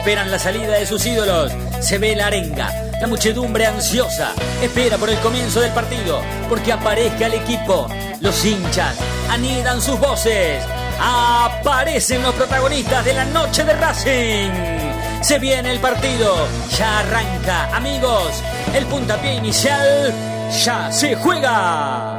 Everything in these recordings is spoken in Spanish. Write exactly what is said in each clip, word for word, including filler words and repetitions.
esperan la salida de sus ídolos. Se ve la arenga, la muchedumbre ansiosa espera por el comienzo del partido, porque aparezca el equipo. Los hinchas anidan sus voces. Aparecen los protagonistas de la noche de Racing. Se viene el partido, ya arranca, amigos. El puntapié inicial ya se juega.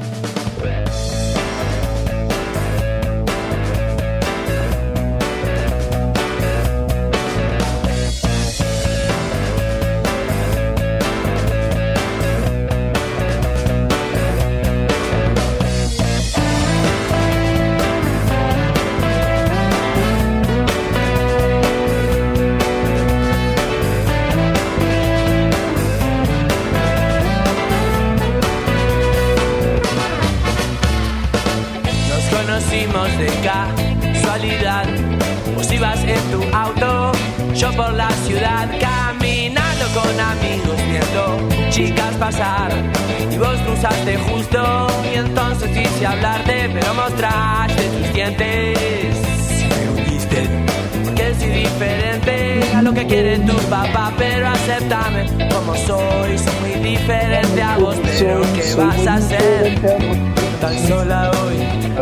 De casualidad, vos ibas en tu auto, yo por la ciudad, caminando con amigos, viendo chicas pasar, y vos cruzaste justo, y entonces quise hablarte, pero mostraste tus dientes, me hundiste, porque soy diferente a lo que quiere tu papá, pero acéptame como soy, soy muy diferente a vos, pero ¿qué vas a hacer? Tan sola hoy,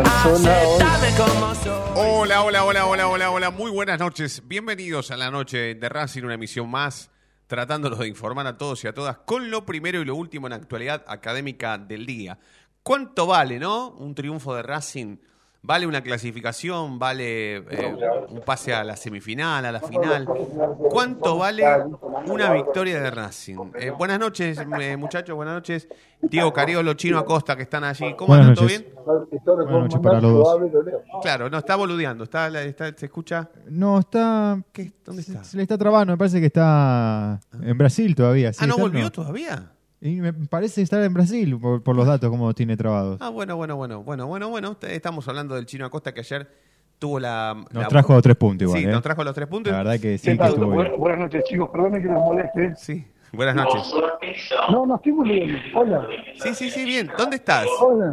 aceptame como soy. Hola, hola, hola, hola, hola, hola. Muy buenas noches. Bienvenidos a la noche de Racing, una emisión más, tratándolos de informar a todos y a todas con lo primero y lo último en la actualidad académica del día. ¿Cuánto vale, no? Un triunfo de Racing. ¿Vale una clasificación? ¿Vale eh, un pase a la semifinal, a la final? ¿Cuánto vale una victoria de Racing? Eh, buenas noches, eh, muchachos, buenas noches. Diego Cariolo, Chino Acosta, que están allí. ¿Cómo andan? ¿Todo bien? Buenas noches para los dos. Claro, no, está boludeando. Está, está, ¿Se escucha? No, está... ¿Qué? ¿Dónde está? Se, se le está trabando, me parece que está en Brasil todavía. Ah, ¿no está, volvió no. todavía? Y me parece estar en Brasil por, por los datos como tiene trabados. Ah, bueno, bueno, bueno, bueno, bueno, bueno. Estamos hablando del Chino Acosta que ayer tuvo la... Nos la... trajo tres puntos igual, Sí, ¿eh? nos trajo los tres puntos. La verdad que sí, que tal? estuvo Bu- bien. Buenas noches, chicos. Perdónenme que les moleste. Sí, buenas noches. No, no estoy muy bien. Hola. Sí, sí, sí, bien. ¿Dónde estás? Hola.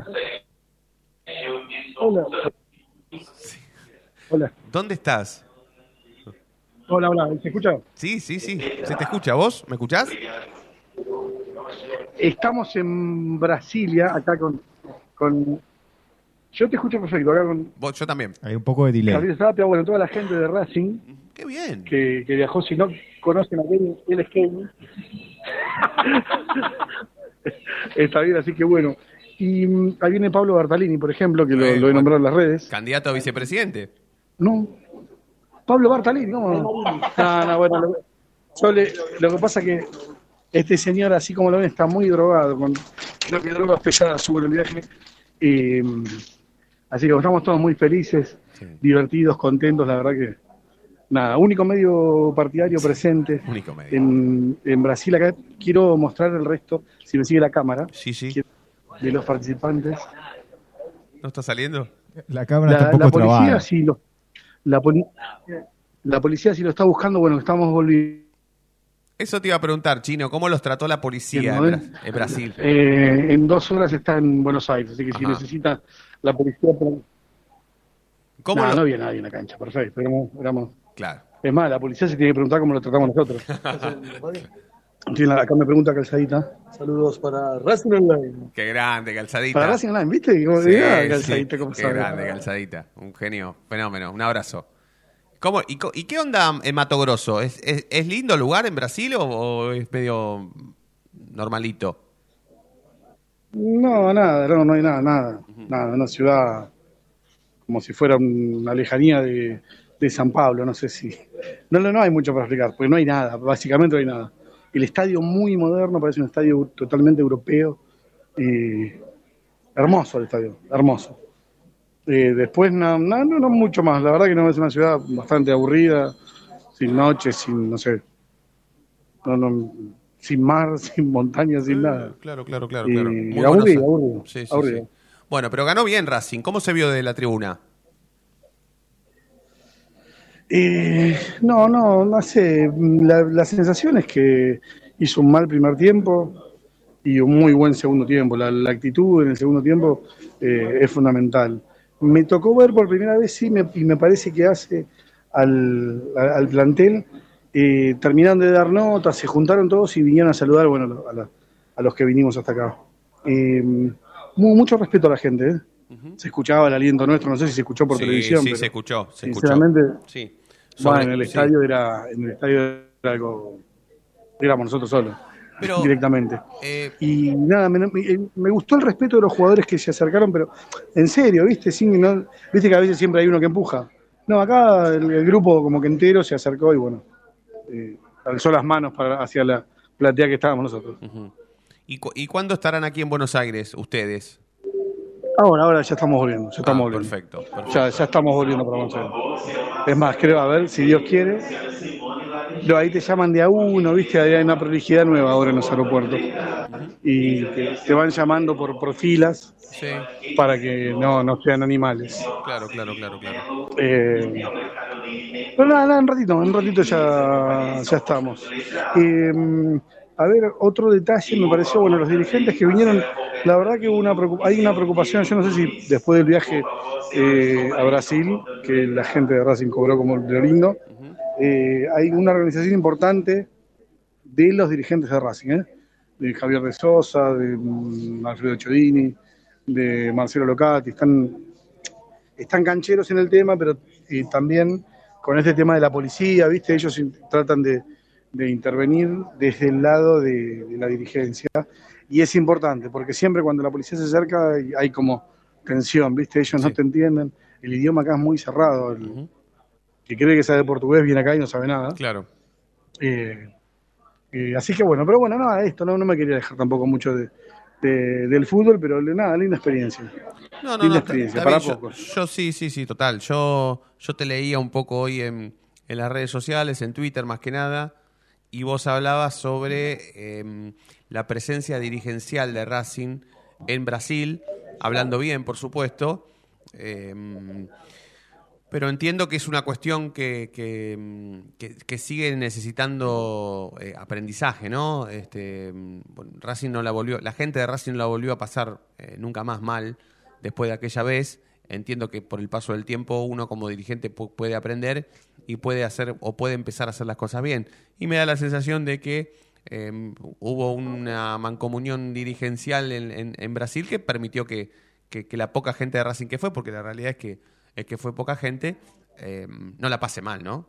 Hola. Hola. ¿Dónde estás? Hola, hola. ¿Se escucha? Sí, sí, sí. ¿Se te escucha? ¿Vos? ¿Me escuchás? Estamos en Brasilia, acá con... con... Yo te escucho perfecto, acá con Vos, yo también. Hay un poco de delay. Gabriel Zapia, bueno, toda la gente de Racing Qué bien. que, que viajó, si no conocen a él, él es Kevin. Está bien, así que bueno. Y mm, ahí viene Pablo Bartalini, por ejemplo, que lo, Eh, lo he nombrado en las redes. Candidato a vicepresidente. No. Pablo Bartalini, ¿cómo? No, no, bueno, lo, yo le, lo que pasa es que este señor, así como lo ven, está muy drogado, con creo que drogas pesadas sobre el viaje. Eh, así que estamos todos muy felices, Sí. divertidos, contentos, la verdad que nada, único medio partidario presente Único medio. en, en Brasil. Acá quiero mostrar el resto, si me sigue la cámara, Sí, sí. de los participantes. ¿No está saliendo? La cámara La, está un la poco policía trabada. sí lo, la, poli- la policía sí lo está buscando, bueno, estamos volviendo. Eso te iba a preguntar, Chino. ¿Cómo los trató la policía en, Bien, Bra- en Brasil? Eh, en dos horas está en Buenos Aires, así que si Ajá. necesita la policía... ¿Cómo No, lo- no había nadie en la cancha, perfecto. Éramos, éramos... Claro. Es más, la policía se tiene que preguntar cómo lo tratamos nosotros. Tiene la- acá me pregunta Calzadita. Saludos para Racing Online. Qué grande, Calzadita. Para Racing Online, ¿viste? Como Sí, diga, sí, Calzadita, ¿cómo qué sabe? grande, Calzadita. Un genio, fenómeno. Un abrazo. ¿Cómo, y, co- ¿Y qué onda en Mato Grosso? ¿Es, es, es lindo el lugar en Brasil o, o es medio normalito? No, nada, no, no hay nada, nada. Nada, una ciudad como si fuera una lejanía de, de San Pablo, no sé si... No, no, no hay mucho para explicar, porque no hay nada, básicamente no hay nada. El estadio muy moderno, parece un estadio totalmente europeo. Eh, hermoso el estadio, hermoso. Eh, después, no, no, no, no mucho más. La verdad que no es una ciudad bastante aburrida, sin noches, sin, no sé, no, no, sin mar, sin montañas, sin nada. Claro, claro, claro. Eh, claro. Muy aburrido, buenos- aburrido, Sí, sí, aburrido. sí. Bueno, pero ganó bien Racing. ¿Cómo se vio de la tribuna? Eh, no, no, no sé. La, la sensación es que hizo un mal primer tiempo y un muy buen segundo tiempo. La, la actitud en el segundo tiempo eh, es fundamental. Me tocó ver por primera vez, sí, me, y me parece que hace al, al plantel Eh, terminaron de dar notas, se juntaron todos y vinieron a saludar, bueno, a, la, a los que vinimos hasta acá. Eh, mu- mucho respeto a la gente, ¿eh? Ujú. Se escuchaba el aliento nuestro, no sé si se escuchó por Sí, televisión, sí, pero se escuchó, se sinceramente, escuchó. Sí. bueno, Sobre- en el sí. estadio era, en el estadio era algo, éramos nosotros solos, Pero, directamente. eh, Y nada, me, me- me gustó el respeto de los jugadores que se acercaron, pero en serio, ¿viste? Sin, no, viste que a veces siempre hay uno que empuja. No, acá el, el grupo como que entero se acercó y bueno, eh, alzó las manos para, hacia la platea que estábamos nosotros. ujú. ¿Y, cu- ¿Y cuándo estarán aquí en Buenos Aires ustedes? Ahora, ahora ya estamos volviendo, ya estamos Ah, volviendo. perfecto, perfecto. Ya, ya estamos volviendo para Buenos Aires. Es más, creo, a ver, si Dios quiere. No, ahí te llaman de a uno, ¿viste? Hay una prolijidad nueva ahora en los aeropuertos. Y te, te van llamando por, por filas Sí, para que no, no sean animales. claro, claro, claro, claro. Eh, pero nada, nada, en ratito, en un ratito ya, ya estamos. Eh, a ver, otro detalle me pareció, bueno, los dirigentes que vinieron, la verdad que hubo una preocup- hay una preocupación, yo no sé si después del viaje eh, a Brasil, que la gente de Racing cobró como de lo lindo, eh, hay una organización importante de los dirigentes de Racing, ¿eh? De Javier de Sosa, de mm, Alfredo Chiodini, de Marcelo Locati, están, están cancheros en el tema, pero eh, también con este tema de la policía, ¿viste? Ellos in- tratan de, de intervenir desde el lado de, de la dirigencia, y es importante, porque siempre cuando la policía se acerca hay, hay como tensión, ¿viste? Ellos no Sí. te entienden, el idioma acá es muy cerrado, el Ujú. que cree que sabe portugués viene acá y no sabe nada. Claro. Eh, eh, así que bueno, pero bueno, nada, esto no, no me quería dejar tampoco mucho de, de- del fútbol, pero nada, linda experiencia. No, no, Linda no, está, experiencia, está para bien. Yo, pocos. yo sí, sí, sí, total. Yo, yo te leía un poco hoy en, en las redes sociales, en Twitter más que nada, y vos hablabas sobre eh, la presencia dirigencial de Racing en Brasil, hablando bien, por supuesto, eh, pero entiendo que es una cuestión que, que, mm, que- que sigue necesitando eh, aprendizaje, ¿no? Este, mm, bueno, Racing no la volvió, la gente de Racing no la volvió a pasar eh, nunca más mal después de aquella vez. Entiendo que por el paso del tiempo uno como dirigente pu- puede aprender y puede hacer o puede empezar a hacer las cosas bien. Y me da la sensación de que eh, hubo una mancomunión dirigencial en, en- en Brasil que permitió que, que- que la poca gente de Racing que fue, porque la realidad es que es que fue poca gente, eh, no la pase mal, ¿no?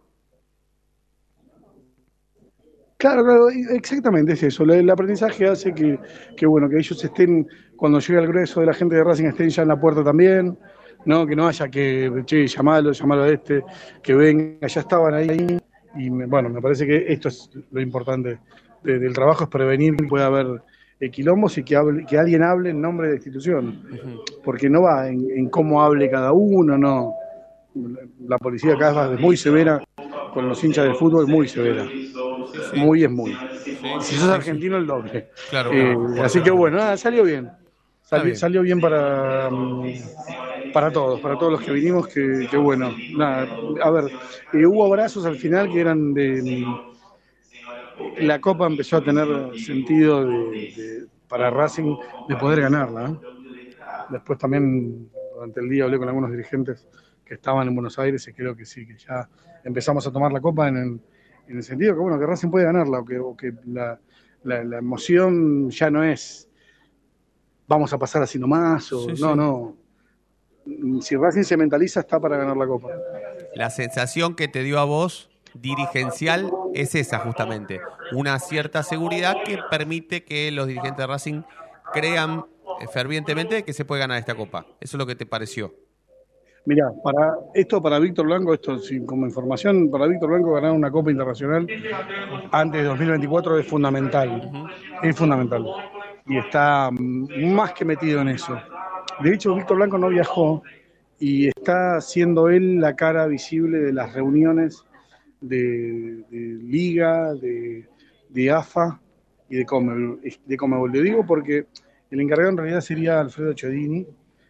Claro, claro, y- exactamente es eso. El aprendizaje hace que, que, bueno, que ellos estén, cuando llegue el grueso de la gente de Racing, estén ya en la puerta también, ¿no? Que no haya que, che, llamalo, llamalo a este, que venga, ya estaban ahí. Y me- bueno, me parece que esto es lo importante de- del trabajo, es prevenir que pueda haber eh, quilombos y que, hable, que alguien hable en nombre de la institución. Porque no va en, en cómo hable cada uno, no. La policía acá es muy severa con los hinchas del fútbol, muy severa. Muy es muy. Si sos argentino, el doble. Claro, Eh, claro, por así que supuesto. bueno, nada, salió bien. Salió bien. salió bien para, mm, para todos, para todos los que vinimos, que, que bueno. Nada, a ver, eh, hubo abrazos al final que eran de... mm, la Copa empezó a tener sentido de, de- para Racing de poder ganarla, ¿eh? Después también durante el día hablé con algunos dirigentes que estaban en Buenos Aires y creo que sí, que ya empezamos a tomar la Copa en el, en el sentido que bueno, que Racing puede ganarla, o que, o que la, la- la emoción ya no es vamos a pasar así nomás, o Sí, no, sí. no. Si Racing se mentaliza, está para ganar la Copa. La sensación que te dio a vos dirigencial es esa justamente, una cierta seguridad que permite que los dirigentes de Racing crean eh, fervientemente que se puede ganar esta Copa. Eso es lo que te pareció. Mirá, para esto para Víctor Blanco, esto sí, como información, para Víctor Blanco ganar una Copa Internacional antes de dos mil veinticuatro es fundamental, es fundamental. Y está mm, más que metido en eso. De hecho, Víctor Blanco no viajó y está siendo él la cara visible de las reuniones de, de Liga, de, de A F A y de Conmebol. De Conmebol. Le digo porque el encargado en realidad sería Alfredo Chiodini,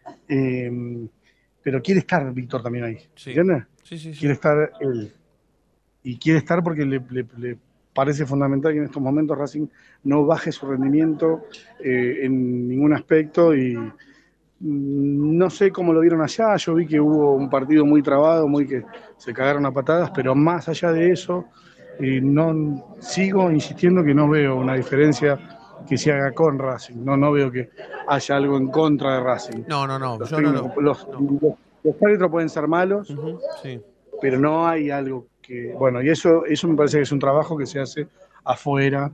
eh, pero quiere estar Víctor también ahí, Sí. ¿entiendes? Sí, sí, sí. Quiere estar él. Y quiere estar porque le, le- le parece fundamental que en estos momentos Racing no baje su rendimiento eh, en ningún aspecto y mm, no sé cómo lo vieron allá. Yo vi que hubo un partido muy trabado, muy que se cagaron a patadas, pero más allá de eso, eh, no sigo insistiendo que no veo una diferencia que se haga con Racing, no, no veo que haya algo en contra de Racing. No, no, no, Los, yo no, técnicos- no. los, no. los- los árbitros pueden ser malos, Ujú, sí. pero no hay algo que, bueno, y eso, eso me parece que es un trabajo que se hace afuera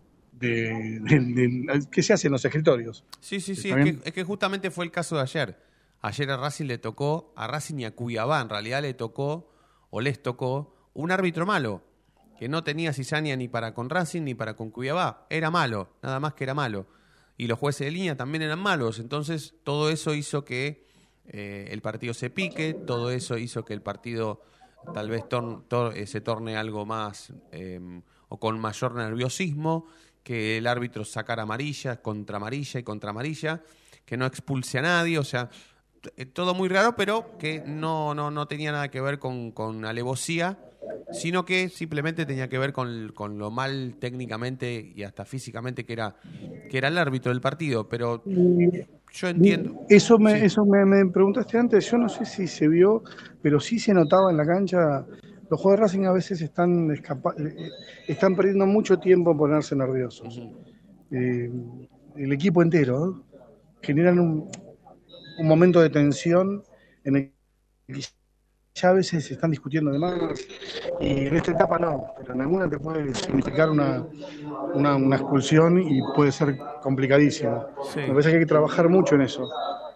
de, de- de- que se hace en los escritorios. Sí, sí, sí, ¿Está es que, bien? es que justamente fue el caso de ayer. Ayer a Racing le tocó, a Racing y a Cuiabá en realidad le tocó, o les tocó, un árbitro malo, que no tenía cizaña ni para con Racing ni para con Cuiabá. Era malo, nada más que era malo. Y los jueces de línea también eran malos. Entonces todo eso hizo que eh, el partido se pique, todo eso hizo que el partido tal vez tor- tor- eh, se torne algo más eh, o con mayor nerviosismo, que el árbitro sacara amarilla, contra amarilla y contra amarilla, que no expulse a nadie, o sea, t- eh, todo muy raro, pero que no, no, no tenía nada que ver con, con alevosía, sino que simplemente tenía que ver con, con lo mal técnicamente y hasta físicamente que era, que era el árbitro del partido, pero yo entiendo. Eso me, Sí. eso me, me preguntaste antes, yo no sé si se vio, pero sí se notaba en la cancha. Los jugadores de Racing a veces están, escapa- eh, están perdiendo mucho tiempo en ponerse nerviosos. Eh, el equipo entero, ¿no? Generan un, un momento de tensión en el que ya a veces se están discutiendo de más, y en esta etapa no, pero en alguna te puede significar una, una, una expulsión y puede ser complicadísimo. Sí. Me parece que hay que trabajar mucho en eso,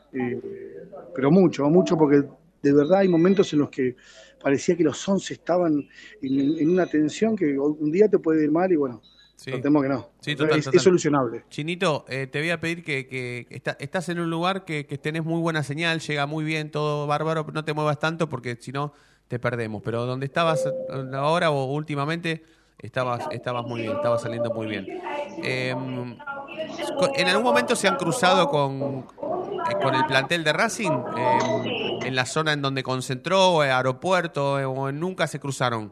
eh, pero mucho, mucho, porque de verdad hay momentos en los que parecía que los once estaban en, en una tensión que un día te puede ir mal y bueno, Sí. no temo que no. Sí, total, es, total. es solucionable. Chinito, eh, te voy a pedir que, que está- estás en un lugar que, que tenés muy buena señal, llega muy bien, todo bárbaro, no te muevas tanto porque si no te perdemos. Pero donde estabas ahora o últimamente, estabas, estabas muy bien, estabas saliendo muy bien. Eh, ¿En algún momento se han cruzado con, eh, con el plantel de Racing? Eh, ¿En la zona en donde concentró, o aeropuerto, eh, o nunca se cruzaron?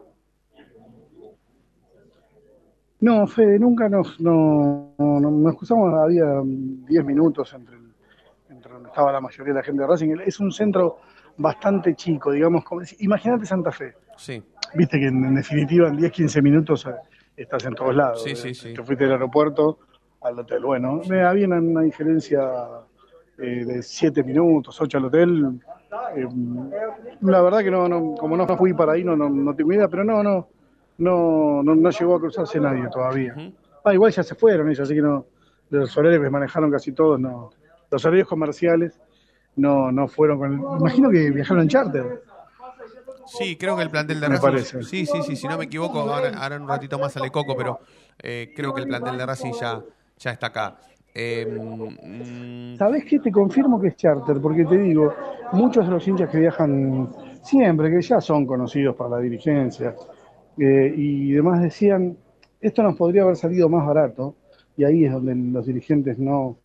No, Fede, nunca nos, no, no- nos cruzamos, había diez minutos entre, el- entre donde estaba la mayoría de la gente de Racing. Es un centro bastante chico, digamos, como, imagínate Santa Fe. Sí, Viste que en, en definitiva en diez, quince minutos eh, estás en todos lados. Sí, eh, sí, sí. Te fuiste del aeropuerto al hotel. Bueno, eh, había una, una diferencia eh, de siete minutos, ocho al hotel. Eh, la verdad que no, no, como no fui para ahí, no, no, no tengo idea, pero no, no, no, no, no llegó a cruzarse nadie todavía. Ujú. Ah, igual ya se fueron ellos, así que no, los horarios que manejaron casi todos, no. Los horarios comerciales no, no fueron con el, imagino que viajaron en charter. Sí, creo que el plantel de Me Racing. parece. Sí, sí, sí, si no me equivoco, ahora, ahora en un ratito más sale Coco, pero eh, creo que el plantel de Racing ya, ya está acá. Eh, mm, ¿Sabés qué? Te confirmo que es charter, porque te digo, muchos de los hinchas que viajan siempre, que ya son conocidos para la dirigencia, eh, y demás decían, esto nos podría haber salido más barato, y ahí es donde los dirigentes no,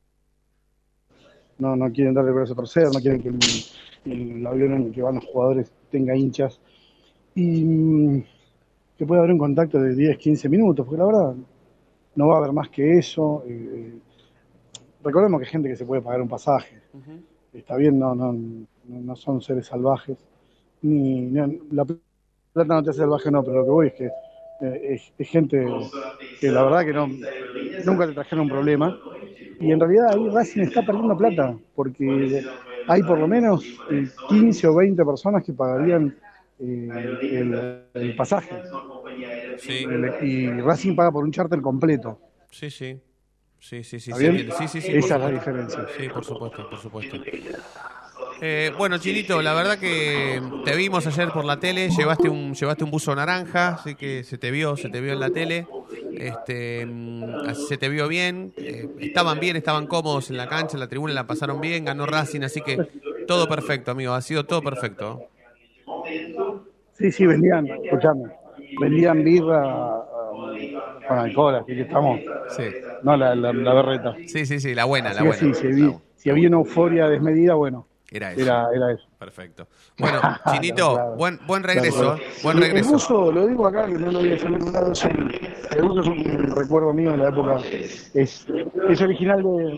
no, no quieren darle el brazo a torcer, no quieren que el, el avión en el que van los jugadores tenga hinchas, y mm, que puede haber un contacto de diez, quince minutos, porque la verdad no va a haber más que eso. eh, Recordemos que hay gente que se puede pagar un pasaje. ujú. Está bien, no, no, no no son seres salvajes. Ni, ni- la plata no te hace salvaje, no, pero lo que voy es que eh, es, es gente que la verdad que no, nunca te trajeron un problema. Y en realidad ahí Racing está perdiendo plata, porque hay por lo menos eh, quince o veinte personas que pagarían eh, el, el pasaje. Sí, El- y Racing paga por un charter completo. sí, sí. Sí, sí, sí, ¿Está sí, bien? entiendo. Sí, sí, sí, por Esa es la supuesto. diferencia. Sí, por supuesto, por supuesto. Eh, bueno, Chinito, la verdad que te vimos ayer por la tele, llevaste un llevaste un buzo naranja, así que se te vio, se te vio en la tele, este, mm, se te vio bien, eh, estaban bien, estaban cómodos en la cancha, en la tribuna la pasaron bien, ganó Racing, así que todo perfecto, amigo, ha sido todo perfecto. Sí, sí, vendían, escuchame, vendían birra um, con alcohol, así que estamos, Sí, no la, la, la berreta. sí, sí, sí, la buena, la Así que buena. sí, si, vi- La- si había una euforia desmedida, bueno, Era eso. era, era eso. Perfecto. Bueno, Chinito, Claro. buen buen regreso, Claro. ¿eh? Buen El regreso. buzo, lo digo acá, que no lo voy a hacer en ningún lado, es un- el buzo es un recuerdo mío de la época, es, es original de,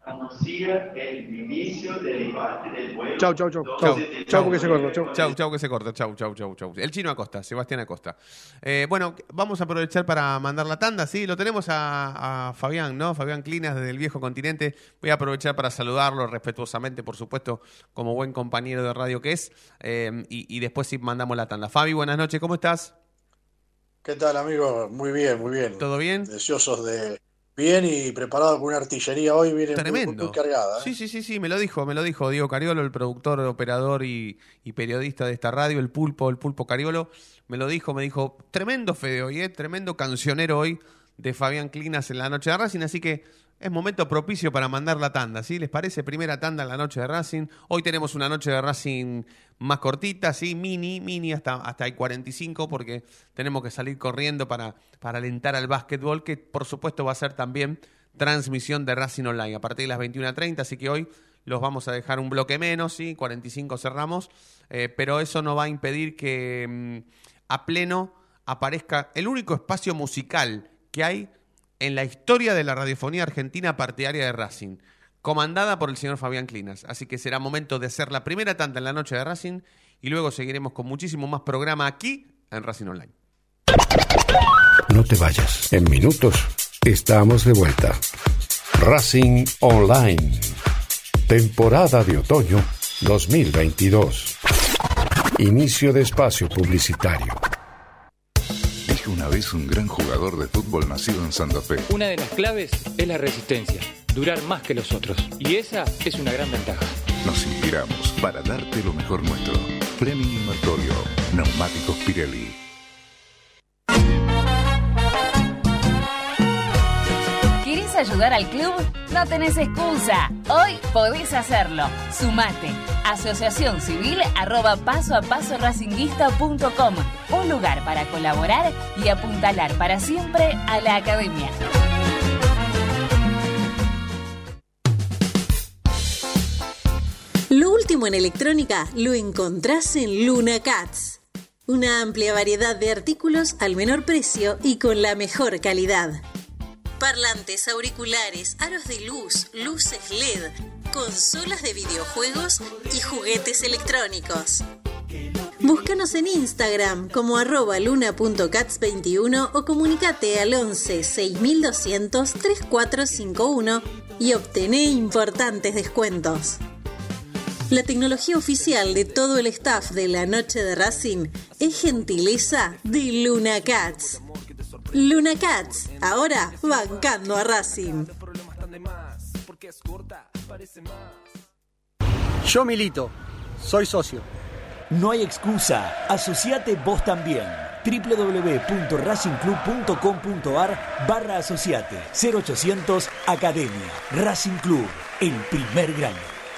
anuncia el inicio del debate del vuelo. Chau, chau, chau. Chau, chau porque se corta. Chau. Chau, chau que se corta. Chau, chau, chau, chau. El Chino Acosta, Sebastián Acosta. Eh, bueno, vamos a aprovechar para mandar la tanda, ¿sí? Lo tenemos a, a Fabián, ¿no? Fabián Clinas desde el Viejo Continente. Voy a aprovechar para saludarlo respetuosamente, por supuesto, como buen compañero de radio que es. Eh, y, y después sí mandamos la tanda. Fabi, buenas noches, ¿cómo estás? ¿Qué tal, amigo? Muy bien, muy bien. ¿Todo bien? Deseosos de... Bien y preparado con una artillería hoy, viene Tremendo. Muy, muy, muy cargada. ¿eh? Sí, sí, sí, sí, me lo dijo, me lo dijo Diego Cariolo, el productor, operador y, y periodista de esta radio, el Pulpo, el Pulpo Cariolo, me lo dijo, me dijo, tremendo Fede hoy, ¿eh? Tremendo cancionero hoy de Fabián Clinas en la noche de Racing, así que es momento propicio para mandar la tanda, ¿sí? ¿Les parece? Primera tanda en la noche de Racing. Hoy tenemos una noche de Racing más cortita, ¿sí? Mini, mini, hasta, hasta el cuarenta y cinco, porque tenemos que salir corriendo para, para alentar al básquetbol, que por supuesto va a ser también transmisión de Racing Online a partir de las veintiuna treinta, así que hoy los vamos a dejar un bloque menos, ¿sí? cuarenta y cinco cerramos, eh, pero eso no va a impedir que mmm, a pleno aparezca el único espacio musical que hay en la historia de la radiofonía argentina partidaria de Racing, comandada por el señor Fabián Clinas. Así que será momento de hacer la primera tanda en la noche de Racing y luego seguiremos con muchísimo más programa aquí en Racing Online. No te vayas. En minutos estamos de vuelta. Racing Online. Temporada de otoño dos mil veintidós. Inicio de espacio publicitario. Una vez un gran jugador de fútbol nacido en Santa Fe. Una de las claves es la resistencia, durar más que los otros. Y esa es una gran ventaja. Nos inspiramos para darte lo mejor nuestro. Fleming Martorio, Neumáticos Pirelli. ¿Querés ayudar al club? No tenés excusa. Hoy podés hacerlo. Sumate. Asociación Civil arroba paso a paso racinguista punto com. Un lugar para colaborar y apuntalar para siempre a la academia. Lo último en electrónica lo encontrás en Luna Cats. Una amplia variedad de artículos al menor precio y con la mejor calidad. Parlantes, auriculares, aros de luz, luces L E D, consolas de videojuegos y juguetes electrónicos. Búscanos en Instagram como arroba luna punto cats veintiuno o comunicate al once seis mil doscientos treinta y cuatro cincuenta y uno y obtené importantes descuentos. La tecnología oficial de todo el staff de la noche de Racing es gentileza de Luna Cats. Luna Cats, ahora bancando a Racing. Yo milito, soy socio. No hay excusa, asociate vos también. doble u doble u doble u punto racing club punto com punto ar barra asociate. cero ochocientos Academia. Racing Club, el primer grande.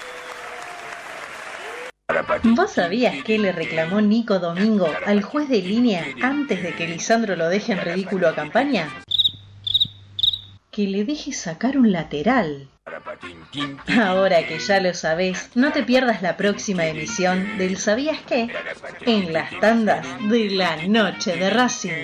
¿Vos sabías qué le reclamó Nico Domingo al juez de línea antes de que Lisandro lo deje en ridículo a Campaña? Que le deje sacar un lateral. Ahora que ya lo sabés, no te pierdas la próxima emisión del ¿Sabías qué? En las tandas de la noche de Racing.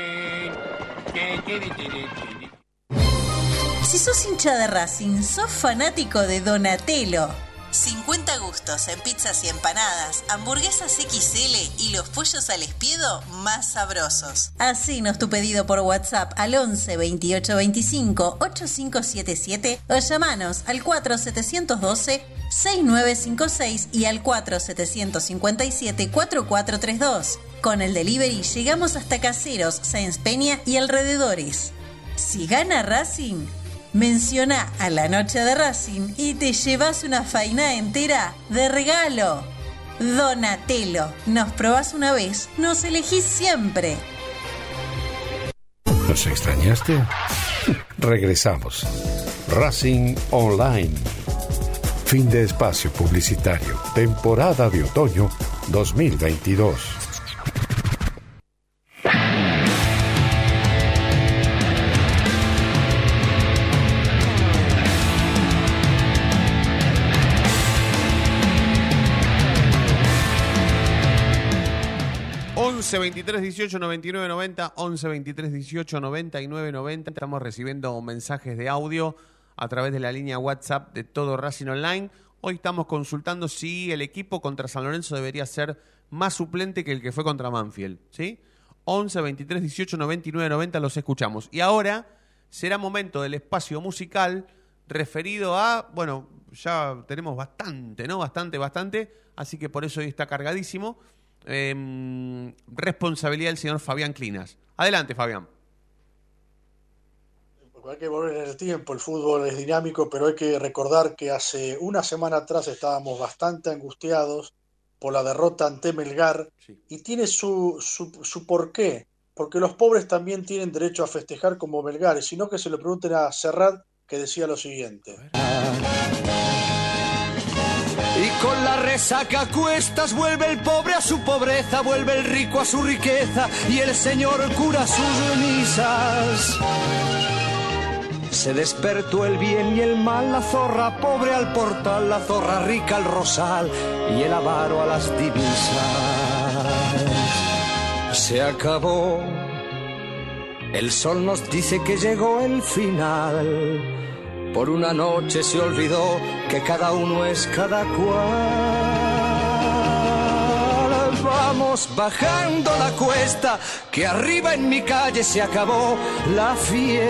Si sos hincha de Racing, sos fanático de Donatello. cincuenta gustos en pizzas y empanadas, hamburguesas equis ele y los pollos al espiedo más sabrosos. Hacenos tu pedido por WhatsApp al once veintiocho veinticinco ochenta y cinco setenta y siete o llamanos al cuatro siete uno dos seis nueve cinco seis y al cuatro siete cinco siete cuatro cuatro tres dos. Con el delivery llegamos hasta Caseros, Sáenz Peña y alrededores. Si gana Racing, menciona a la noche de Racing y te llevas una faina entera de regalo. Donatello, nos probás una vez, nos elegís siempre. ¿Nos extrañaste? Regresamos. Racing Online. Fin de espacio publicitario. Temporada de otoño dos mil veintidós. once veintitrés dieciocho noventa y nueve noventa, once veintitrés dieciocho noventa y nueve noventa. Estamos recibiendo mensajes de audio a través de la línea WhatsApp de Todo Racing Online. Hoy estamos consultando si el equipo contra San Lorenzo debería ser más suplente que el que fue contra Banfield, ¿sí? once, veintitrés, dieciocho, noventa y nueve, noventa, los escuchamos. Y ahora será momento del espacio musical referido a, bueno, ya tenemos bastante, ¿no? Bastante, bastante, así que por eso hoy está cargadísimo. Eh, responsabilidad del señor Fabián Clinas. Adelante, Fabián. Hay que volver en el tiempo, el fútbol es dinámico, pero hay que recordar que hace una semana atrás estábamos bastante angustiados por la derrota ante Melgar, sí. Y tiene su, su, su porqué, porque los pobres también tienen derecho a festejar como Melgar, y si no que se le pregunten a Serrat, que decía lo siguiente. Y con la resaca a cuestas vuelve el pobre a su pobreza, vuelve el rico a su riqueza y el señor cura sus misas. Se despertó el bien y el mal, la zorra pobre al portal, la zorra rica al rosal y el avaro a las divisas. Se acabó, el sol nos dice que llegó el final. Por una noche se olvidó que cada uno es cada cual. Vamos bajando la cuesta, que arriba en mi calle se acabó la fiesta.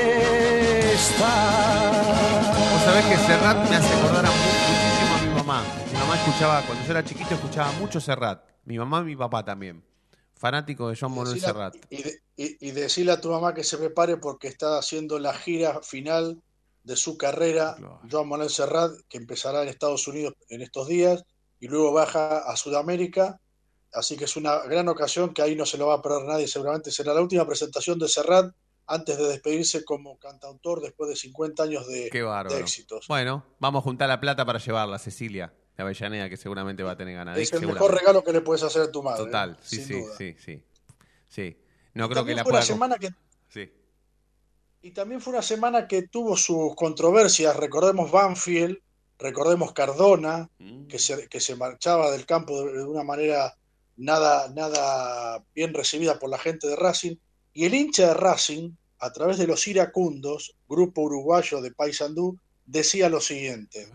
Vos sabés que Serrat me hace acordar muchísimo a mi mamá. Mi mamá escuchaba, cuando yo era chiquito, escuchaba mucho Serrat. Mi mamá y mi papá también. Fanático de Joan Manuel Serrat. Y, de, y, y decirle a tu mamá que se prepare porque está haciendo la gira final de su carrera, claro. Joan Manuel Serrat, que empezará en Estados Unidos en estos días y luego baja a Sudamérica. Así que es una gran ocasión que ahí no se lo va a perder nadie. Seguramente será la última presentación de Serrat antes de despedirse como cantautor después de cincuenta años de, de éxitos. Bueno, vamos a juntar la plata para llevarla a Cecilia de Avellaneda, que seguramente va a tener ganas. Es el mejor regalo que le puedes hacer a tu madre. Total, ¿eh? sí, Sin sí, duda. sí, sí, sí. No y creo que la fue pueda... Una semana que... Sí. Y también fue una semana que tuvo sus controversias. Recordemos Banfield, recordemos Cardona, mm. que, se, que se marchaba del campo de, de una manera nada, nada bien recibida por la gente de Racing. Y el hincha de Racing, a través de los iracundos, grupo uruguayo de Paysandú, decía lo siguiente.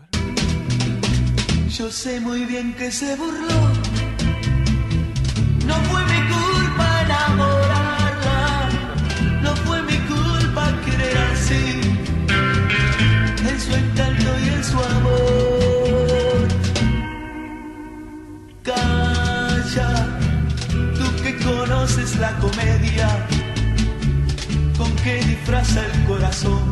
Yo sé muy bien que se burló. No fue mi culpa enamorarla. No fue mi culpa querer así. En su encanto y en su amor. Calla, tú que conoces la comedia. Con que disfraza el corazón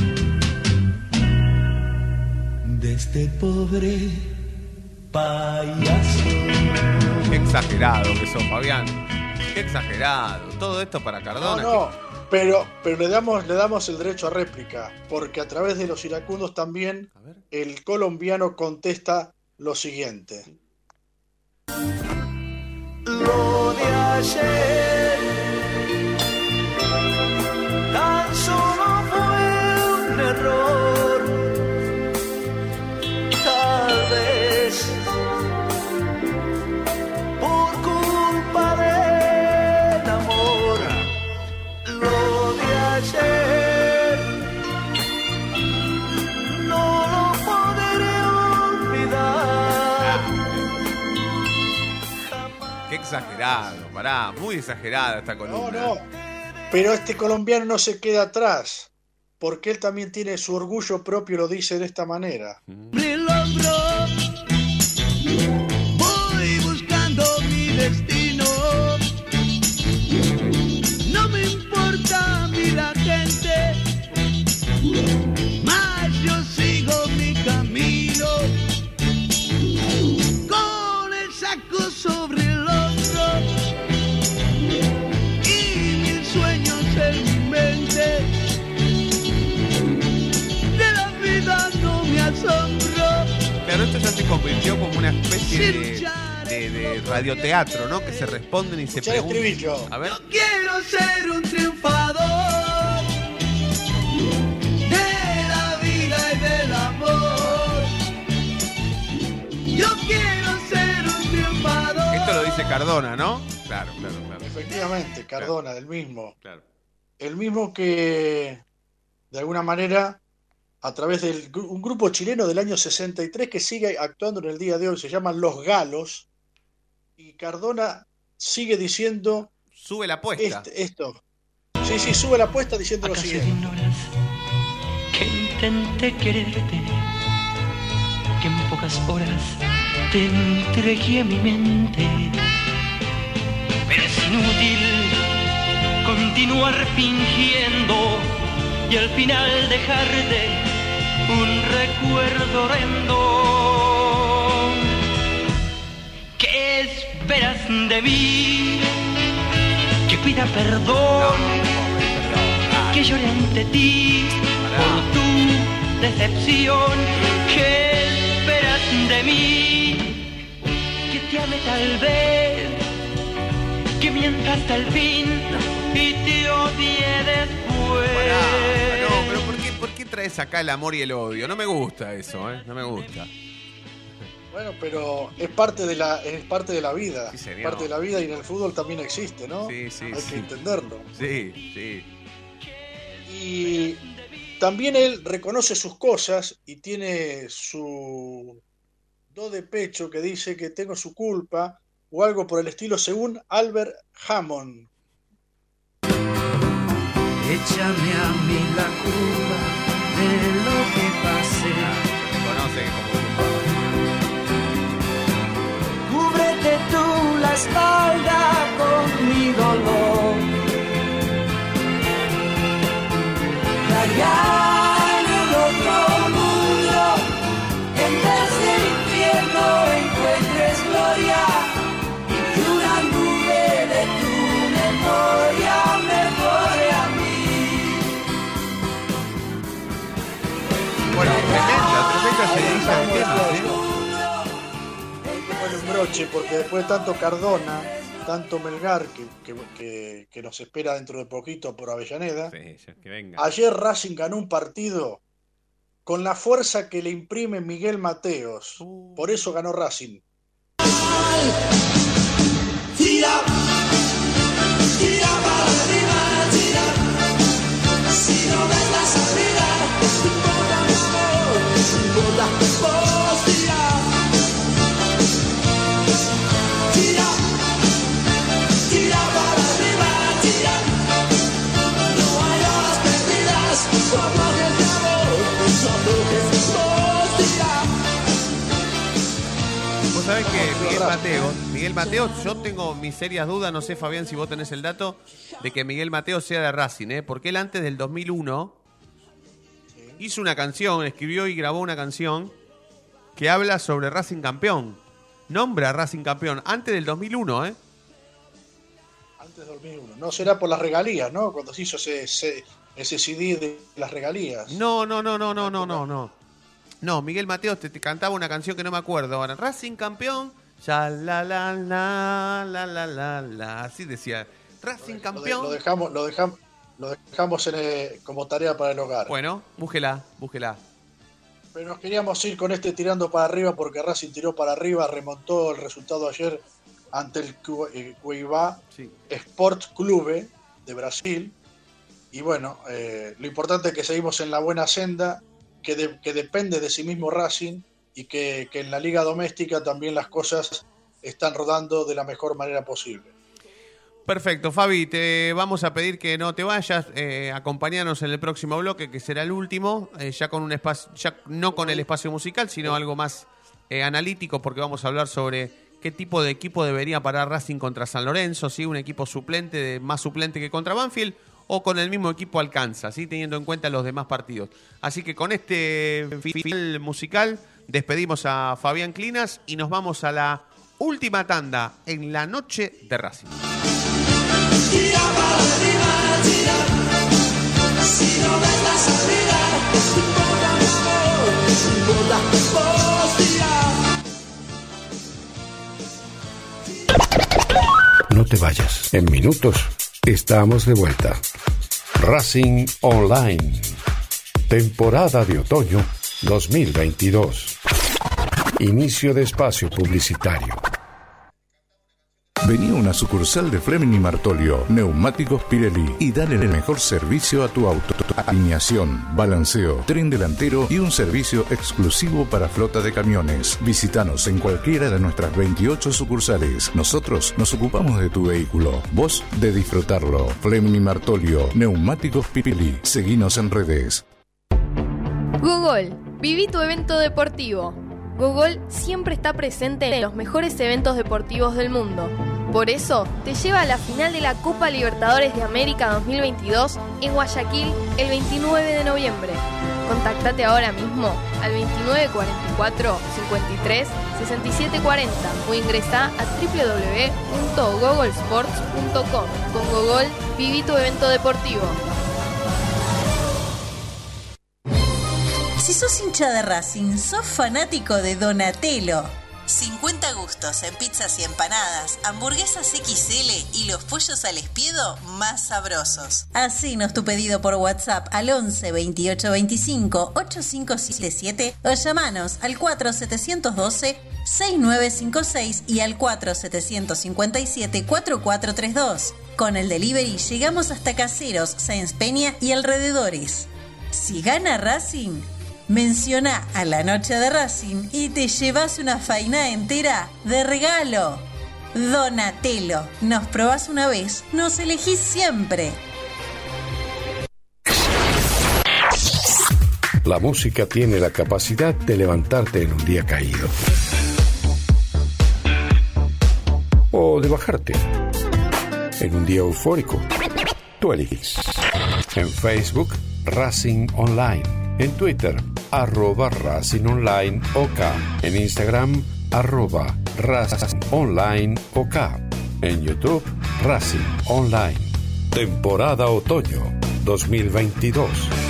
de este pobre payaso. Qué exagerado que sos, Fabián. Qué exagerado. Todo esto para Cardona. No, no, pero, pero le damos, le damos el derecho a réplica, porque a través de los iracundos también el colombiano contesta lo siguiente. Lo de ayer tan solo fue un error. Tal vez por culpa del amor. Lo de ayer no lo podré olvidar. Qué exagerado, pará, muy exagerada esta columna. No, no. Pero este colombiano no se queda atrás, porque él también tiene su orgullo propio, lo dice de esta manera. Mi logro, voy buscando mi destino. No me importa a mí la gente, mas yo sigo mi camino. Con el saco sobre el hombro. En mi mente de la vida no me asombro. Claro, esto ya se convirtió como una especie de, de, de radioteatro, ¿no? Que se responden y se preguntan. A ver. Yo quiero ser un triunfador de la vida y del amor. Yo quiero ser un triunfador. Esto lo dice Cardona, ¿no? Claro, claro, claro. Efectivamente, Cardona, claro. el mismo. Claro. El mismo que, de alguna manera, a través de un grupo chileno del año sesenta y tres que sigue actuando en el día de hoy, se llaman Los Galos, y Cardona sigue diciendo... Sube la apuesta. Este, esto. Sí, sí, sube la apuesta diciendo lo siguiente. Que intenté quererte, que en pocas horas te entregué mi mente, pero es inútil continuar fingiendo y al final dejarte un recuerdo horrendo. ¿Qué esperas de mí? Que pida perdón, que llore ante ti por tu decepción. ¿Qué esperas de mí? Que te ame tal vez, que mienta hasta el fin y te odie después. Pará, no, pero ¿por qué, ¿por qué traes acá el amor y el odio? No me gusta eso, ¿eh? No me gusta. Bueno, pero es parte de la es parte de la vida, Sí, señor. parte de la vida, y en el fútbol también existe, ¿no? Sí, sí, Hay sí. que entenderlo. Sí, sí. Y también él reconoce sus cosas y tiene su do de pecho que dice que tengo su culpa o algo por el estilo, según Albert Hammond. Échame a mí la culpa de lo que pasé. Reconoce que como Cúbrete tú la espalda con mi dolor. Y allá en el otro mundo, en vez del infierno encuentres gloria, y que una nube de tu memoria me borre a mí. Bueno, tremenda, tremenda seguidilla de temas, ¿eh? Bueno, un broche, porque después de tanto Cardona, tanto Melgar, que, que, que, que nos espera dentro de poquito por Avellaneda, Sí, ya, que venga. ayer Racing ganó un partido con la fuerza que le imprime Miguel Mateos. Por eso ganó Racing. Tira, tira para arriba, tira. Si no ves la salida, no importa mi amor, no importa vos, tira. Tira, tira para arriba, tira. No hay horas perdidas, no aflojes de amor, no aflojes vos, tira. Vos sabés que Miguel Mateo, Miguel Mateo, yo tengo mis serias dudas, no sé, Fabián, si vos tenés el dato, de que Miguel Mateo sea de Racing, ¿eh? Porque él antes del dos mil uno hizo una canción, escribió y grabó una canción que habla sobre Racing campeón. Nombra a Racing campeón antes del dos mil uno, ¿eh? Antes del dos mil uno. No será por las regalías, ¿no? Cuando se hizo ese, ese, ese C D de las regalías. No, no, no, no, no, no, no, no. No, Miguel Mateo te, te cantaba una canción que no me acuerdo ahora. Racing campeón, ya la la la la la la la. Así decía. Racing Lo, campeón. de- lo dejamos, lo dejamos, lo dejamos en el- como tarea para el hogar. Bueno, búsquela, búsquela. Pero nos queríamos ir con este tirando para arriba porque Racing tiró para arriba, remontó el resultado ayer ante el Cu- eh, Cuiabá Sport Clube de Brasil. Y bueno, eh, lo importante es que seguimos en la buena senda, que, de- que depende de sí mismo Racing, y que, que en la liga doméstica también las cosas están rodando de la mejor manera posible. Perfecto, Fabi, te vamos a pedir que no te vayas, eh, acompañanos en el próximo bloque, que será el último, eh, ya con un espacio, ya no con el espacio musical, sino algo más eh, analítico, porque vamos a hablar sobre qué tipo de equipo debería parar Racing contra San Lorenzo, ¿sí? Un equipo suplente, de, más suplente que contra Banfield, o con el mismo equipo alcanza, ¿sí? Teniendo en cuenta los demás partidos. Así que con este final musical despedimos a Fabián Clinas y nos vamos a la última tanda en la noche de Racing. Tira para arriba, tira. Si no ves la salida, no importa mi amor, no importa vos, tira. No te vayas. En minutos estamos de vuelta. Racing Online. Temporada de otoño dos mil veintidós. Inicio de espacio publicitario. Vení a una sucursal de Fleming y Martolio, Neumáticos Pirelli, y dale el mejor servicio a tu auto. Alineación, balanceo, tren delantero y un servicio exclusivo para flota de camiones. Visítanos en cualquiera de nuestras veintiocho sucursales. Nosotros nos ocupamos de tu vehículo, vos de disfrutarlo. Fleming y Martolio, Neumáticos Pirelli. Seguinos en redes. Google, viví tu evento deportivo. Google siempre está presente en los mejores eventos deportivos del mundo. Por eso, te lleva a la final de la Copa Libertadores de América dos mil veintidós en Guayaquil el veintinueve de noviembre. Contactate ahora mismo al veintinueve cuarenta y cuatro, cincuenta y tres, sesenta y siete cuarenta o ingresá a doble u doble u doble u punto google sports punto com. Con Google, viví tu evento deportivo. Si sos hincha de Racing, sos fanático de Donatello. cincuenta gustos en pizzas y empanadas, hamburguesas equis ele y los pollos al espiedo más sabrosos. Hacenos tu pedido por WhatsApp al once veintiocho veinticinco ochenta y cinco setenta y siete o llamanos al cuatro siete uno dos seis nueve cinco seis y al cuatro siete cinco siete cuatro cuatro tres dos. Con el delivery llegamos hasta Caseros, Sáenz Peña y alrededores. Si gana Racing, menciona a la noche de Racing y te llevas una faina entera de regalo. Donatello, nos probás una vez, nos elegís siempre. La música tiene la capacidad de levantarte en un día caído. O de bajarte en un día eufórico. Tú eliges. En Facebook, Racing Online. En Twitter, arroba Racing Online OK. En Instagram, arroba Racing Online OK. En YouTube, Racing Online. Temporada Otoño dos mil veintidós.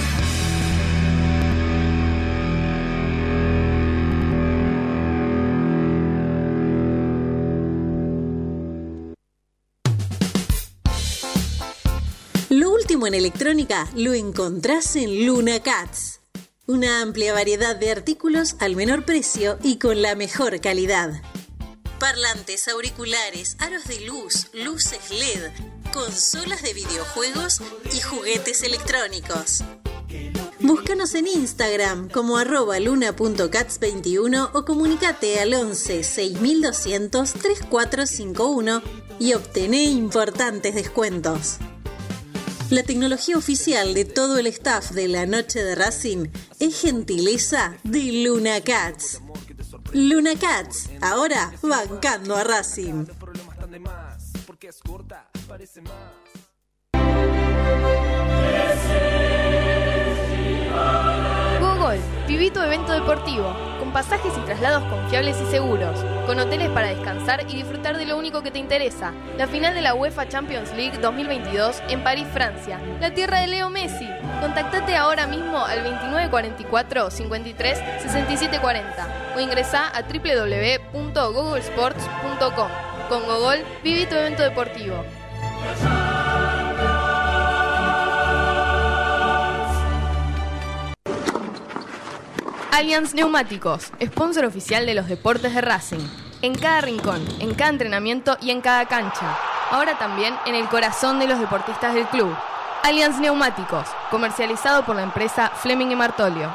Lo último en electrónica lo encontrás en Luna Cats. Una amplia variedad de artículos al menor precio y con la mejor calidad. Parlantes, auriculares, aros de luz, luces L E D, consolas de videojuegos y juguetes electrónicos. Búscanos en Instagram como arroba luna punto cats veintiuno o comunicate al once seis mil doscientos treinta y cuatro cincuenta y uno y obtené importantes descuentos. La tecnología oficial de todo el staff de la noche de Racing es gentileza de Luna Cats. Luna Cats, ahora bancando a Racing. Google, viví tu evento deportivo, con pasajes y traslados confiables y seguros, con hoteles para descansar y disfrutar de lo único que te interesa, la final de la UEFA Champions League dos mil veintidós en París, Francia, la tierra de Leo Messi. Contactate ahora mismo al veintinueve cuarenta y cuatro, cincuenta y tres, sesenta y siete cuarenta o ingresá a doble u doble u doble u punto google sports punto com. Con Google, viví tu evento deportivo. Allianz Neumáticos, sponsor oficial de los deportes de Racing. En cada rincón, en cada entrenamiento y en cada cancha. Ahora también en el corazón de los deportistas del club. Allianz Neumáticos, comercializado por la empresa Fleming y Martolio.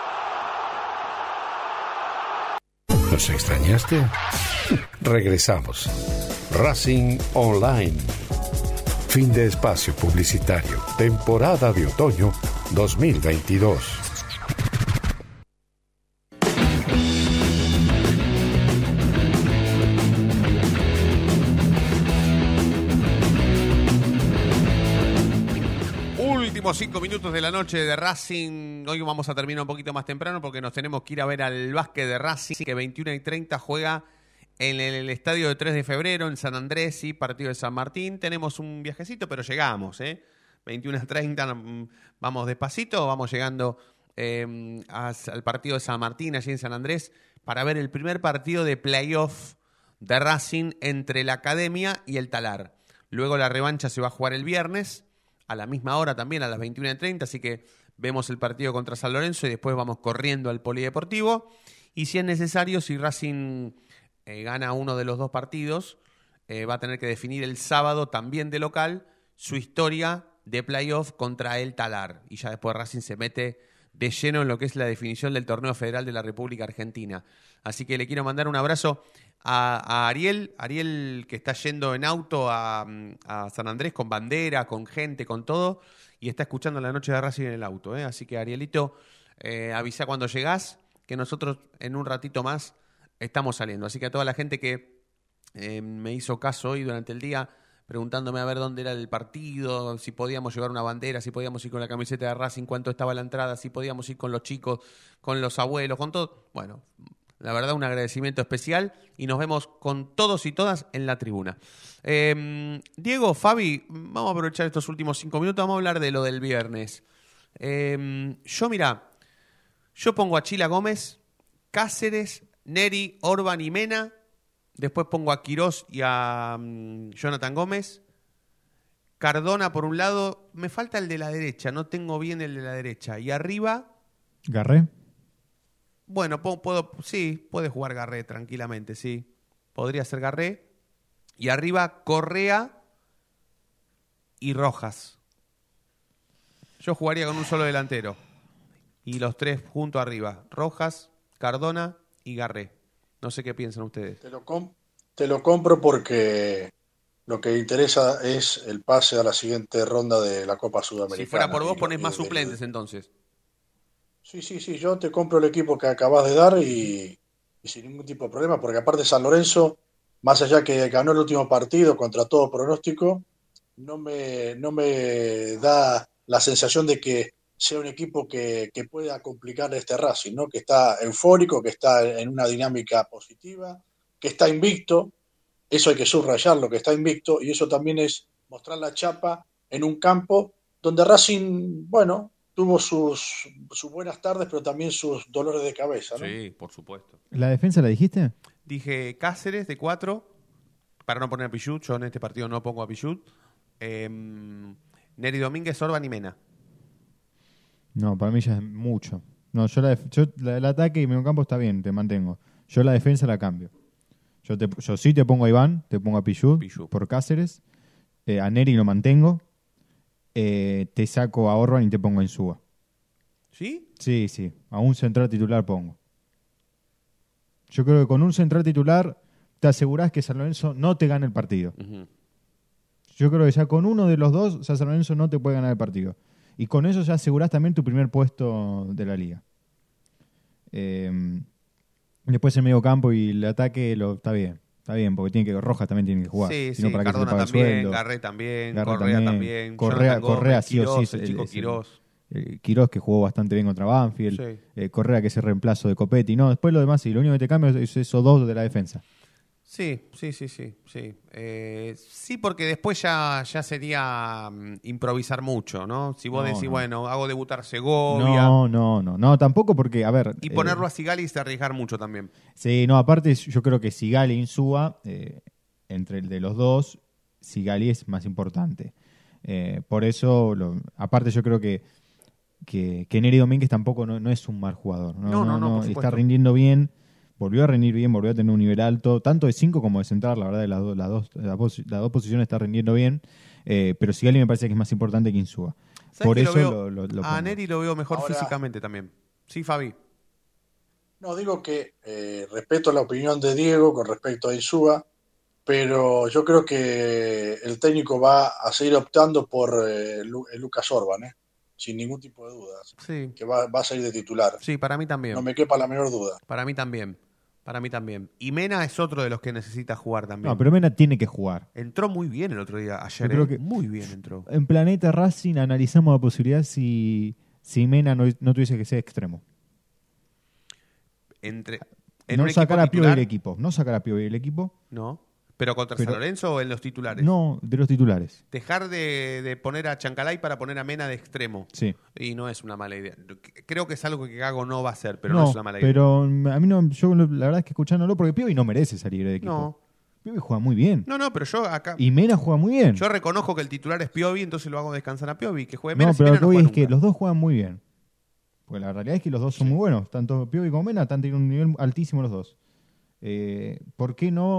¿Nos extrañaste? Regresamos. Racing Online. Fin de espacio publicitario. Temporada de otoño dos mil veintidós. Últimos cinco minutos de la noche de Racing. Hoy vamos a terminar un poquito más temprano porque nos tenemos que ir a ver al básquet de Racing, que veintiuna y treinta juega en el estadio de tres de febrero en San Andrés, sí, partido de San Martín. Tenemos un viajecito, pero llegamos, ¿eh? veintiuna y treinta, vamos despacito, vamos llegando eh, al partido de San Martín, allí en San Andrés, para ver el primer partido de playoff de Racing entre la Academia y el Talar. Luego la revancha se va a jugar el viernes, a la misma hora también, a las veintiuna y treinta, así que vemos el partido contra San Lorenzo y después vamos corriendo al Polideportivo. Y si es necesario, si Racing eh, gana uno de los dos partidos, eh, va a tener que definir el sábado, también de local, su historia de playoff contra el Talar. Y ya después Racing se mete de lleno en lo que es la definición del Torneo Federal de la República Argentina. Así que le quiero mandar un abrazo a, a Ariel, Ariel que está yendo en auto a, a San Andrés con bandera, con gente, con todo, y está escuchando la noche de Racing en el auto. ¿eh? Así que Arielito, eh, avisa cuando llegás, que nosotros en un ratito más estamos saliendo. Así que a toda la gente que eh, me hizo caso hoy durante el día, preguntándome a ver dónde era el partido, si podíamos llevar una bandera, si podíamos ir con la camiseta de Racing, cuánto estaba la entrada, si podíamos ir con los chicos, con los abuelos, con todo. Bueno, la verdad, un agradecimiento especial y nos vemos con todos y todas en la tribuna. Eh, Diego, Fabi, vamos a aprovechar estos últimos cinco minutos, vamos a hablar de lo del viernes. Eh, yo, mira, yo pongo a Chila Gómez, Cáceres, Neri, Orban y Mena. Después pongo a Quirós y a um, Jonathan Gómez. Cardona por un lado. Me falta el de la derecha. No tengo bien el de la derecha. Y arriba... ¿Garré? Bueno, puedo, puedo, sí, puede jugar Garré tranquilamente, sí. Podría ser Garré. Y arriba Correa y Rojas. Yo jugaría con un solo delantero. Y los tres junto arriba. Rojas, Cardona y Garré. No sé qué piensan ustedes. Te lo, com- te lo compro porque lo que interesa es el pase a la siguiente ronda de la Copa Sudamericana. Si fuera por vos, ponés y, más y, suplentes de, entonces. Sí, sí, sí. Yo te compro el equipo que acabas de dar y, y sin ningún tipo de problema, porque aparte San Lorenzo, más allá que ganó el último partido contra todo pronóstico, no me, no me da la sensación de que sea un equipo que, que pueda complicarle este Racing, ¿no? Que está eufórico, que está en una dinámica positiva, que está invicto. Eso hay que subrayarlo, que está invicto, y eso también es mostrar la chapa en un campo donde Racing, bueno, tuvo sus, sus buenas tardes, pero también sus dolores de cabeza, ¿no? Sí, por supuesto. ¿La defensa la dijiste? Dije Cáceres de cuatro, para no poner a Pichut. Yo en este partido no pongo a Pichut. Eh, Neri Domínguez, Orban y Mena. No, para mí ya es mucho. No, yo, la def- yo la, el ataque y medio campo está bien, te mantengo. Yo la defensa la cambio. Yo, te, yo sí te pongo a Iván, te pongo a Pichut, Pichut. por Cáceres. Eh, a Neri lo mantengo. Eh, te saco a Orban y te pongo a Insúa. ¿Sí? Sí, sí. A un central titular pongo. Yo creo que con un central titular te asegurás que San Lorenzo no te gana el partido. Uh-huh. Yo creo que ya con uno de los dos, ya San Lorenzo no te puede ganar el partido. Y con eso ya asegurás también tu primer puesto de la liga. Eh, después el medio campo y el ataque lo, está bien. Está bien, porque tiene que Rojas también tiene que jugar. Sí, sino sí, para Cardona que se le pague también, sueldo. Garré también, Garré Correa también, también, Correa, Jonathan Correa Gómez, sí o sí. Quirós, el es- chico es- Quirós. eh, Quirós, que jugó bastante bien contra Banfield. Sí. Eh, Correa, que es el reemplazo de Copetti. No, después lo demás sí. Lo único que te cambia es esos dos de la defensa. Sí, sí, sí, sí, sí. Eh, sí, porque después ya, ya sería mm, improvisar mucho, ¿no? Si vos No, decís, no. bueno, hago debutar Segovia No, no, no. No, tampoco porque, a ver... y eh, ponerlo a Sigali es arriesgar mucho también. Sí, no, aparte yo creo que Sigali e Insúa, eh, entre el de los dos, Sigali es más importante. Eh, por eso, lo, aparte yo creo que, que, que Neri Domínguez tampoco no, no es un mal jugador. No, No, no, no, por está supuesto. rindiendo bien, volvió a rendir bien, volvió a tener un nivel alto, tanto de cinco como de central, la verdad, de las, do- las, dos, las, posi- las dos posiciones está rindiendo bien, eh, pero Sigali me parece que es más importante que Insúa. ¿Sabés Por que eso lo veo? lo, lo, lo A pongo. Neri lo veo mejor Ahora- físicamente también. Sí, Fabi. No, digo que eh, respeto la opinión de Diego con respecto a Insúa, pero yo creo que el técnico va a seguir optando por eh, Lu- eh, Lucas Orban, ¿eh? Sin ningún tipo de dudas, Sí. que va, va a salir de titular. Sí, para mí también. No me quepa la menor duda. Para mí también. Para mí también. Y Mena es otro de los que necesita jugar también. No, pero Mena tiene que jugar. Entró muy bien el otro día, ayer. Yo creo ¿eh? que- Muy bien entró. En Planeta Racing analizamos la posibilidad si, si Mena no, no tuviese que ser extremo. Entre, en No un sacar equipo a Piovi titular, del equipo. No sacar a Piovi del equipo. No. ¿Pero contra Pero- San Lorenzo o en los titulares? No, de los titulares. Dejar de, de poner a Chancalay para poner a Mena de extremo. Sí. Y no es una mala idea. Creo que es algo que Gago no va a hacer, pero no, no, es una mala idea. pero a mí no, yo la verdad es que escuchándolo, porque Piovi no merece salir de equipo. No. Piovi juega muy bien. No, no, pero yo acá. Y Mena juega muy bien. Yo reconozco que el titular es Piovi, entonces lo hago descansar a Piovi. Que juegue Mena. No, si pero Mena lo que no voy juega es que nunca. los dos juegan muy bien. Porque la realidad es que los dos son muy buenos. Tanto Piovi como Mena están teniendo un nivel altísimo los dos. Eh, ¿Por qué no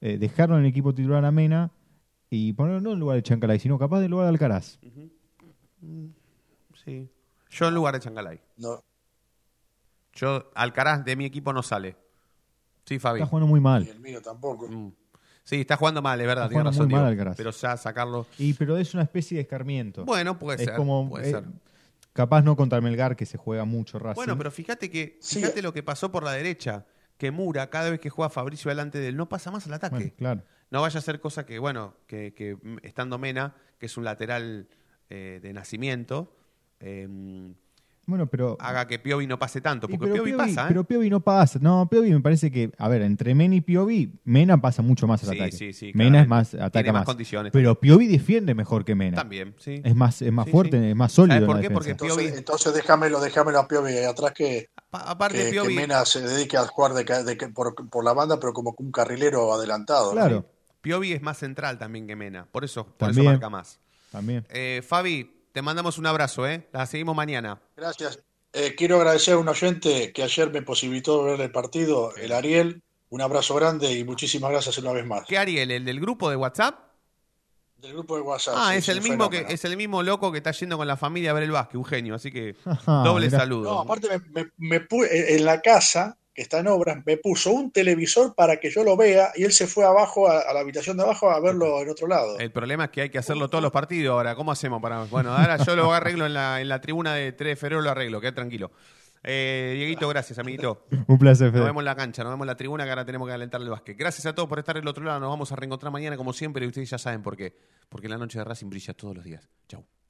eh, dejaron en el equipo titular a Mena y ponerlo no en lugar de Chancalay, sino capaz del lugar de Alcaraz. Uh-huh. Sí. Yo en lugar de Chancalay. No. Yo, Alcaraz de mi equipo no sale. Sí, Fabi. Está jugando muy mal. Y el mío tampoco. Mm. Sí, está jugando mal, es verdad. Está Tiene jugando razón, muy mal Diego. Alcaraz. Pero ya sacarlo... Y, pero es una especie de escarmiento. Bueno, puede es ser. Como, puede eh, ser. Capaz no contra el Melgar, que se juega mucho Racing. Bueno, pero fíjate que fíjate Sí. lo que pasó por la derecha. Que Mura, cada vez que juega Fabricio delante de él, no pasa más al ataque. Bueno, claro. No vaya a ser cosa que, bueno, que, que estando Mena, que es un lateral eh, de nacimiento, eh, Bueno, pero... haga que Piovi no pase tanto. Y Porque pero Piovi, pasa, ¿eh? Pero Piovi no pasa. No, Piovi me parece que, a ver, entre Mena y Piovi, Mena pasa mucho más al Sí, ataque. sí, sí, Mena claramente. es más, ataca Tiene más más. condiciones Pero Piovi defiende mejor que Mena. También, sí. Es más, es más Sí, fuerte, sí. es más sólido. ¿Sabes por en la qué? defensa. Porque Entonces, Piovi- entonces déjamelo, déjamelo a Piovi ahí atrás que, A- Aparte, que, Piovi... que Mena se dedique a jugar de, ca- de que- por, por la banda, pero como un carrilero adelantado. ¿no? Claro, Piovi es más central también que Mena. Por eso, por También. eso marca más. también. Eh, Fabi, te mandamos un abrazo, ¿eh? La seguimos mañana. Gracias. Eh, quiero agradecer a un oyente que ayer me posibilitó ver el partido, el Ariel. Un abrazo grande y muchísimas gracias una vez más. ¿Qué Ariel? ¿El del grupo de WhatsApp? Del grupo de WhatsApp. Ah, sí, es sí, el un mismo que fenómeno. es el mismo loco que está yendo con la familia a ver el básquet, un genio, así que Ajá, doble mirá. saludo. No, aparte me, me- me pu- en la casa, que está en obras, me puso un televisor para que yo lo vea y él se fue abajo, a, a la habitación de abajo, a verlo en otro lado. El problema es que hay que hacerlo todos los partidos ahora. ¿Cómo hacemos para...? Bueno, ahora yo lo arreglo en la, en la tribuna de tres de febrero, lo arreglo, quedá tranquilo. Eh, Dieguito, gracias, amiguito. Un placer, Nos Fede. vemos en la cancha, nos vemos en la tribuna, que ahora tenemos que alentar el básquet. Gracias a todos por estar del otro lado. Nos vamos a reencontrar mañana, como siempre, y ustedes ya saben por qué. Porque la noche de Racing brilla todos los días. Chau.